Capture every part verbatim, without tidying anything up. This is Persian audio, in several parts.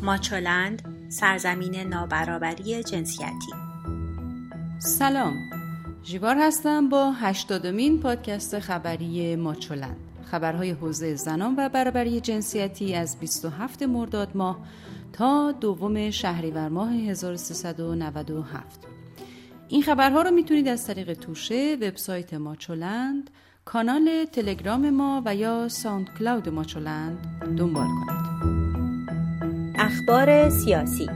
ماچولند، سرزمین نابرابری جنسیتی. سلام، ژیبار هستم با هشتادمین پادکست خبری ماچولند. خبرهای حوزه زنان و برابری جنسیتی از بیست و هفتم مرداد ماه تا دوم شهریور ماه هزار و سیصد و نود و هفت. این خبرها رو میتونید از طریق توشه، وبسایت ماچولند، کانال تلگرام ما و یا ساوند کلاود ماچولند دنبال کنید. اخبار سیاسی.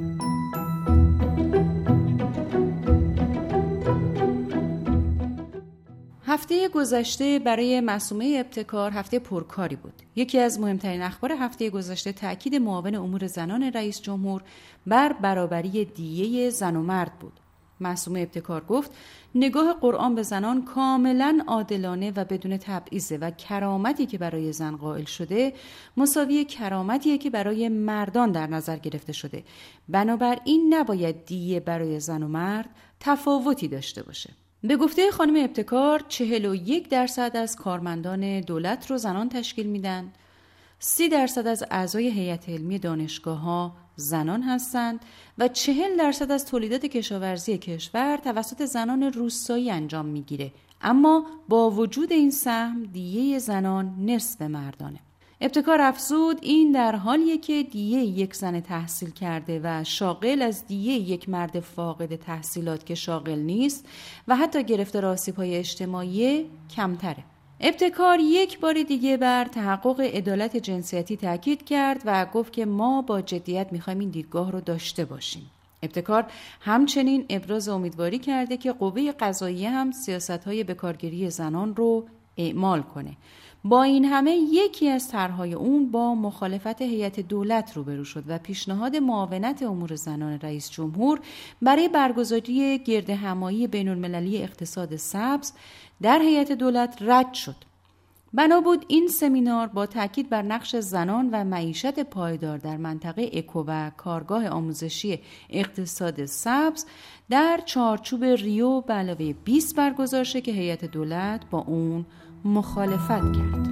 هفته گذشته برای معصومه ابتکار هفته پرکاری بود. یکی از مهمترین اخبار هفته گذشته تأکید معاون امور زنان رئیس جمهور بر برابری دیه زن و مرد بود. معصومه ابتکار گفت نگاه قرآن به زنان کاملا عادلانه و بدون تبعیضه و کرامتی که برای زن قائل شده مساوی کرامتیه که برای مردان در نظر گرفته شده. بنابراین نباید دیه برای زن و مرد تفاوتی داشته باشه. به گفته خانم ابتکار چهل و یک درصد از کارمندان دولت رو زنان تشکیل میدن، سی درصد از اعضای هیئت علمی دانشگاه‌ها زنان هستند و چهل درصد از تولیدات کشاورزی کشور توسط زنان روستایی انجام میگیره. اما با وجود این سهم دیه زنان نصف مردانه. ابتکار افزود این در حالیه که دیه یک زن تحصیل کرده و شاغل از دیه یک مرد فاقد تحصیلات که شاغل نیست و حتی گرفتار آسیب‌های اجتماعی کمتره. ابتکار یک بار دیگه بر تحقق عدالت جنسیتی تاکید کرد و گفت که ما با جدیت می‌خوایم این دیدگاه رو داشته باشیم. ابتکار همچنین ابراز امیدواری کرده که قوه قضاییه هم سیاست‌های بکارگیری زنان رو اعمال کنه. با این همه یکی از طرح‌های اون با مخالفت هیئت دولت روبرو شد و پیشنهاد معاونت امور زنان رئیس جمهور برای برگزاری گردهمایی بین‌المللی اقتصاد سبز در هیئت دولت رد شد. بنا بود این سمینار با تاکید بر نقش زنان و معیشت پایدار در منطقه اکو و کارگاه آموزشی اقتصاد سبز در چارچوب ریو به علاوه بیست برگزار شد که هیئت دولت با اون مخالفت کرد.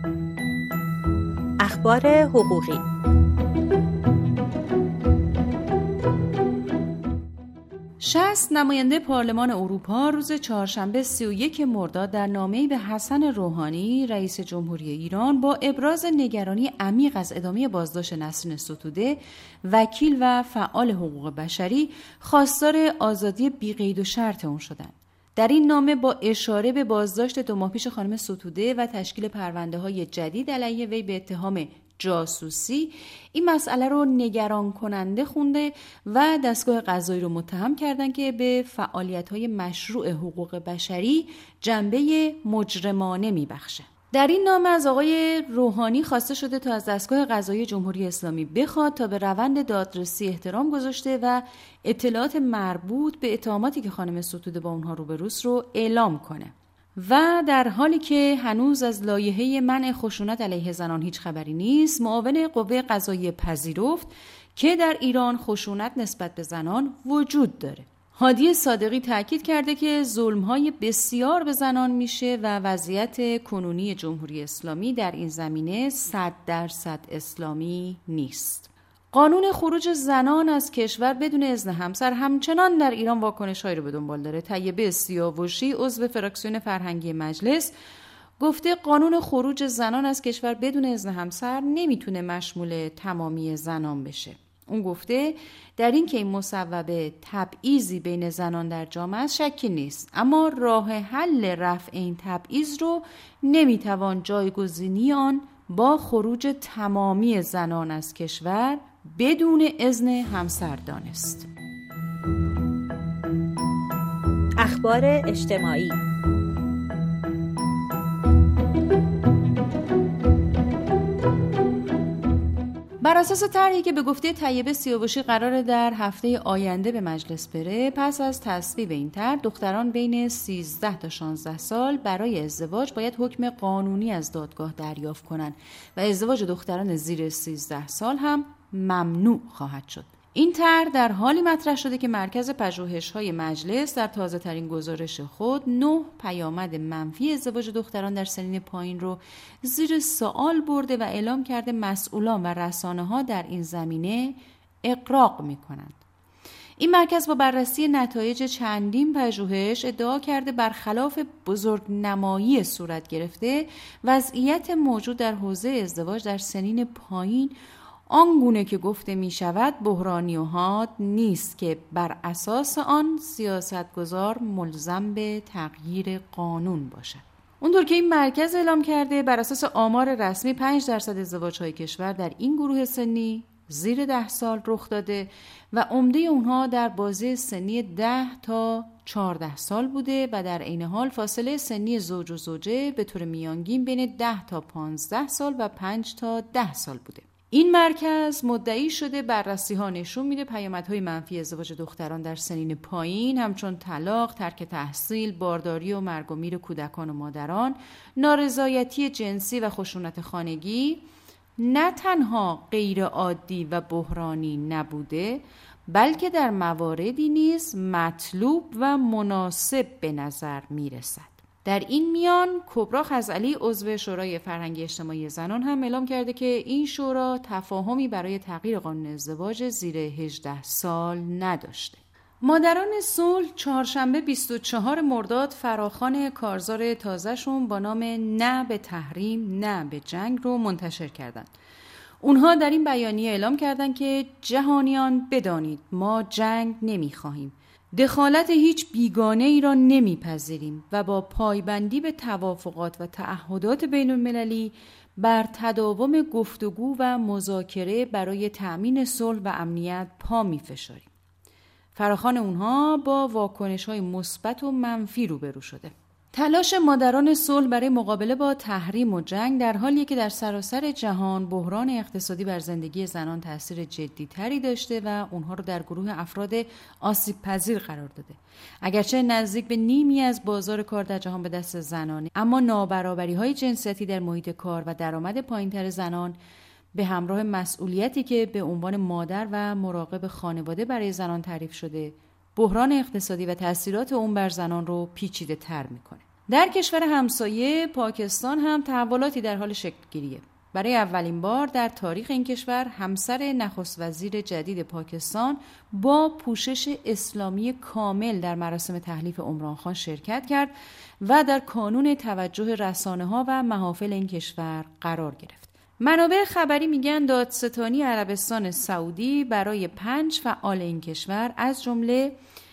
اخبار حقوقی. شصت نماینده پارلمان اروپا روز چهارشنبه سی و یک مرداد در نامه‌ای به حسن روحانی رئیس جمهوری ایران با ابراز نگرانی عمیق از ادامه بازداشت نسرین ستوده وکیل و فعال حقوق بشری خواستار آزادی بی قید و شرط اون شدند. در این نامه با اشاره به بازداشت دو ماه پیش خانم ستوده و تشکیل پرونده‌های جدید علیه وی به اتهام جاسوسی این مسئله رو نگران کننده خونده و دستگاه قضایی رو متهم کردن که به فعالیت‌های مشروع حقوق بشری جنبه مجرمانه میبخشه. در این نامه از آقای روحانی خواسته شده تا از دستگاه قضایی جمهوری اسلامی بخواد تا به روند دادرسی احترام گذاشته و اطلاعات مربوط به اتهاماتی که خانم ستوده با اونها روبروست رو اعلام کنه. و در حالی که هنوز از لایحه منع خشونت علیه زنان هیچ خبری نیست، معاون قوه قضاییه پذیرفت که در ایران خشونت نسبت به زنان وجود داره. هادی صادقی تاکید کرده که ظلم‌های بسیار به زنان میشه و وضعیت کنونی جمهوری اسلامی در این زمینه صد درصد اسلامی نیست. قانون خروج زنان از کشور بدون اذن همسر همچنان در ایران واکنش‌هایی رو به دنبال داره. طیبه سیاوشی عضو فراکسیون فرهنگی مجلس گفته قانون خروج زنان از کشور بدون اذن همسر نمیتونه مشمول تمامی زنان بشه. اون گفته در این که این مصوبه تبعیضی بین زنان در جامعه است شکی نیست، اما راه حل رفع این تبعیض رو نمیتوان جایگزینی آن با خروج تمامی زنان از کشور بدون اذن همسر دانست. اخبار اجتماعی. بر اساس طرحی که به گفته طیبه سیاوشی قرار در هفته آینده به مجلس بره، پس از تصویب این طرح دختران بین سیزده تا شانزده سال برای ازدواج باید حکم قانونی از دادگاه دریافت کنند و ازدواج دختران زیر سیزده سال هم ممنوع خواهد شد. این طرح در حالی مطرح شده که مرکز پژوهش‌های مجلس در تازه‌ترین گزارش خود نه پیامد منفی ازدواج دختران در سنین پایین رو زیر سوال برده و اعلام کرده مسئولان و رسانه‌ها در این زمینه اغراق می‌کنند. این مرکز با بررسی نتایج چندین پژوهش ادعا کرده برخلاف بزرگنمایی صورت گرفته وضعیت موجود در حوزه ازدواج در سنین پایین آنگونه که گفته می شود بحرانی و حاد نیست که بر اساس آن سیاستگزار ملزم به تغییر قانون باشد. اونطور که این مرکز اعلام کرده بر اساس آمار رسمی پنج درصد ازدواج‌های کشور در این گروه سنی زیر ده سال رخ داده و عمده اونها در بازه سنی ده تا چهارده سال بوده و در عین حال فاصله سنی زوج و زوجه به طور میانگین بین ده تا پانزده سال و پنج تا ده سال بوده. این مرکز مدعی شده بررسی ها نشون میده پیامدهای منفی ازدواج دختران در سنین پایین همچون طلاق، ترک تحصیل، بارداری و مرگ و میر کودکان و مادران، نارضایتی جنسی و خشونت خانگی نه تنها غیر عادی و بحرانی نبوده بلکه در مواردی نیز مطلوب و مناسب به نظر میرسد. در این میان کبرا خزعلی عضو شورای فرهنگی اجتماعی زنان هم اعلام کرده که این شورا تفاهمی برای تغییر قانون ازدواج زیر هجده سال نداشته. مادران صلح چهارشنبه بیست و چهارم مرداد فراخوان کارزار تازه‌شون با نام نه به تحریم نه به جنگ رو منتشر کردند. اونها در این بیانیه اعلام کردند که جهانیان بدانید ما جنگ نمی‌خواهیم. دخالت هیچ بیگانه ای را نمیپذیریم و با پایبندی به توافقات و تعهدات بین المللی بر تداوم گفتگو و مذاکره برای تأمین صلح و امنیت پا میفشاریم. فراخوان اونها با واکنش‌های مثبت و منفی روبرو شده. تلاش مادران صلح برای مقابله با تحریم و جنگ در حالیه که در سراسر جهان بحران اقتصادی بر زندگی زنان تأثیر جدی‌تری داشته و اونها رو در گروه افراد آسیب پذیر قرار داده. اگرچه نزدیک به نیمی از بازار کار در جهان به دست زنانه، اما نابرابری‌های جنسیتی در محیط کار و درآمد پایین‌تر زنان به همراه مسئولیتی که به عنوان مادر و مراقب خانواده برای زنان تعریف شده، بحران اقتصادی و تأثیرات اون بر زنان رو پیچیده‌تر می‌کنه. در کشور همسایه پاکستان هم تحولاتی در حال شکل گیریه. برای اولین بار در تاریخ این کشور همسر نخست وزیر جدید پاکستان با پوشش اسلامی کامل در مراسم تحلیف عمران خان شرکت کرد و در کانون توجه رسانه‌ها و محافل این کشور قرار گرفت. منابع خبری میگن دادستانی عربستان سعودی برای پنج فعال این کشور از جمله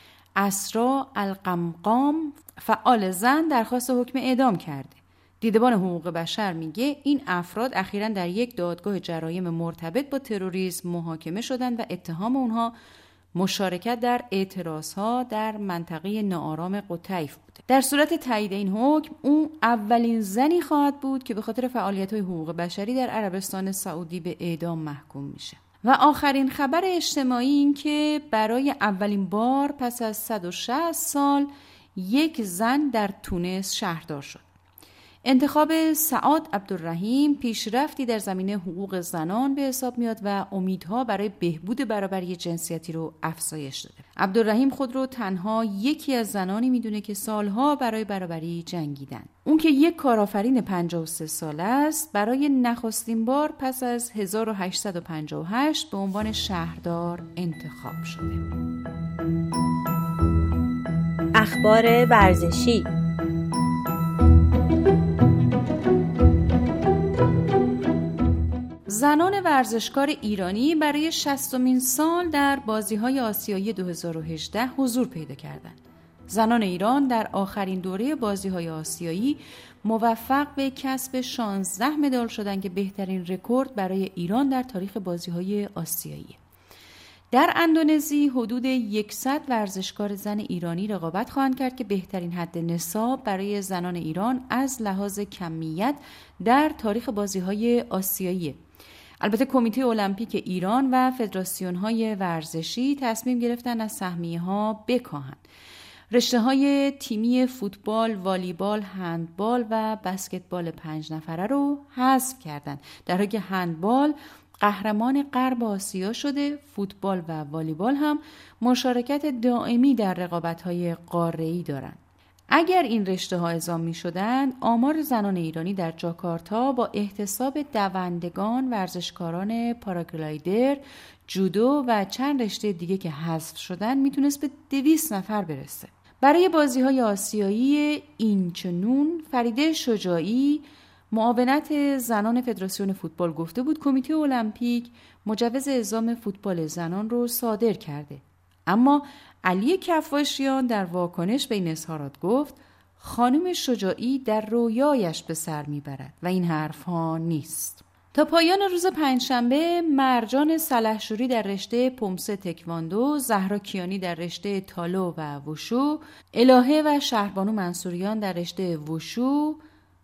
اسرا القمقام فعال زن درخواست حکم اعدام کرده. دیدبان حقوق بشر میگه این افراد اخیراً در یک دادگاه جرایم مرتبط با تروریسم محاکمه شدند و اتهام اونها مشارکت در اعتراضها در منطقه ناآرام قطیف بوده. در صورت تایید این حکم اون اولین زنی خواهد بود که به خاطر فعالیت‌های حقوق بشری در عربستان سعودی به اعدام محکوم میشه. و آخرین خبر اجتماعی این که برای اولین بار پس از صد و شصت سال یک زن در تونس شهردار شد. انتخاب سعاد عبدالرحیم پیشرفتی در زمینه حقوق زنان به حساب میاد و امیدها برای بهبود برابری جنسیتی رو افزایش داده. عبدالرحیم خود رو تنها یکی از زنانی میدونه که سالها برای برابری جنگیدن. اون که یک کارآفرین پنجاه و سه ساله است برای نخستین بار پس از هزار و هشتصد و پنجاه و هشت به عنوان شهردار انتخاب شده. اخبار ورزشی. زنان ورزشکار ایرانی برای شصتمین سال در بازی‌های آسیایی دو هزار و هجده حضور پیدا کردند. زنان ایران در آخرین دوره بازی‌های آسیایی موفق به کسب شانزده مدال شدند که بهترین رکورد برای ایران در تاریخ بازی‌های آسیایی. در اندونزی حدود صد ورزشکار زن ایرانی رقابت خواهند کرد که بهترین حد نصاب برای زنان ایران از لحاظ کمیت در تاریخ بازی‌های آسیایی. البته کمیته المپیک ایران و فدراسیون‌های ورزشی تصمیم گرفتن از سهمیه‌ها بکاهند. رشته‌های تیمی فوتبال، والیبال، هندبال و بسکتبال پنج نفره رو حذف کردند، در حالی که هندبال قهرمان غرب آسیا شده، فوتبال و والیبال هم مشارکت دائمی در رقابت‌های قاره‌ای دارند. اگر این رشته‌ها اعزام می‌شدند، آمار زنان ایرانی در جاکارتا با احتساب دوندگان، ورزشکاران پاراگلایدر، جودو و چند رشته دیگه که حذف شدن میتونست به دویست نفر برسه. برای بازی‌های آسیایی اینچنون فریده شجاعی معاونت زنان فدراسیون فوتبال گفته بود کمیته المپیک مجوز اعزام فوتبال زنان رو صادر کرده. اما علی کفاشیان در واکنش به این اظهارات گفت خانم شجاعی در رویایش به سر میبرد و این حرفها نیست. تا پایان روز پنجشنبه مرجان سلحشوری در رشته پمسه تکواندو، زهرا کیانی در رشته تالو و وشو، الهه و شهربانو منصوریان در رشته وشو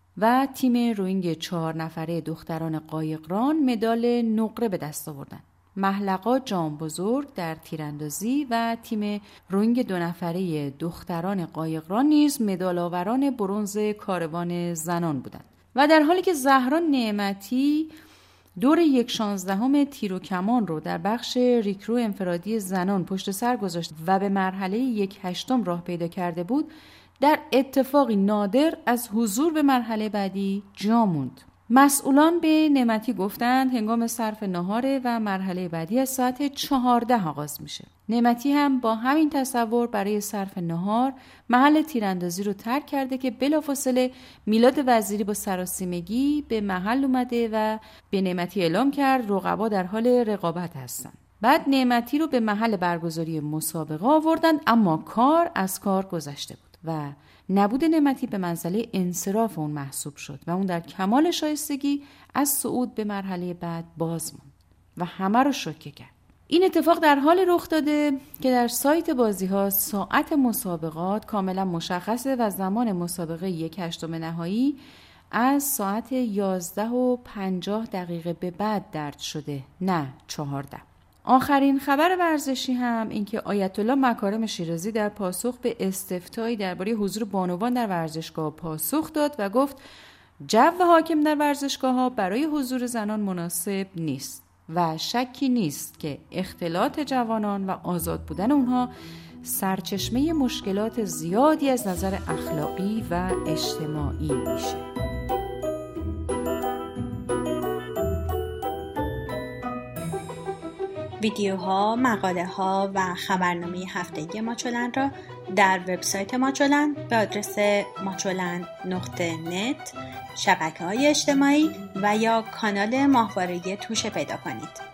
و تیم روینگ چهار نفره دختران قایقران مدال نقره به دست آوردند. محلقا جام بزرگ در تیراندازی و تیم روینگ دو نفره دختران قایقران نیز مدال آوران برنز کاروان زنان بودند. و در حالی که زهرا نعمتی دور یک شانزدهم تیر و کمان رو در بخش ریکرو انفرادی زنان پشت سر گذاشت و به مرحله یک هشتم راه پیدا کرده بود، در اتفاقی نادر از حضور به مرحله بعدی جا موند. مسئولان به نعمتی گفتند هنگام صرف ناهار و مرحله بعدی از ساعت چهارده آغاز میشه. نعمتی هم با همین تصور برای صرف ناهار محل تیراندازی رو ترک کرده که بلافاصله میلاد وزیری با سراسیمگی به محل اومده و به نعمتی اعلام کرد رقبا در حال رقابت هستند. بعد نعمتی رو به محل برگزاری مسابقه آوردن، اما کار از کار گذشته بود و نبود نعمتی به منزله انصراف اون محسوب شد و اون در کمال شایستگی از صعود به مرحله بعد باز موند و همه رو شوکه کرد. این اتفاق در حال رخ داده که در سایت بازی ها ساعت مسابقات کاملا مشخصه و زمان مسابقه یک هشتم نهایی از ساعت یازده و پنجاه دقیقه به بعد درج شده، نه چهارده. آخرین خبر ورزشی هم این که آیت الله مکارم شیرازی در پاسخ به استفتایی درباره حضور بانوان در ورزشگاه پاسخ داد و گفت جو حاکم در ورزشگاه‌ها برای حضور زنان مناسب نیست و شکی نیست که اختلاط جوانان و آزاد بودن اونها سرچشمه مشکلات زیادی از نظر اخلاقی و اجتماعی میشه. ویدیوها، مقاله ها و خبرنامه هفتگی ماچولند را در وبسایت ماچولند به آدرس ماچولند نقطه نت، شبکه‌های اجتماعی و یا کانال ماهواره توشه پیدا کنید.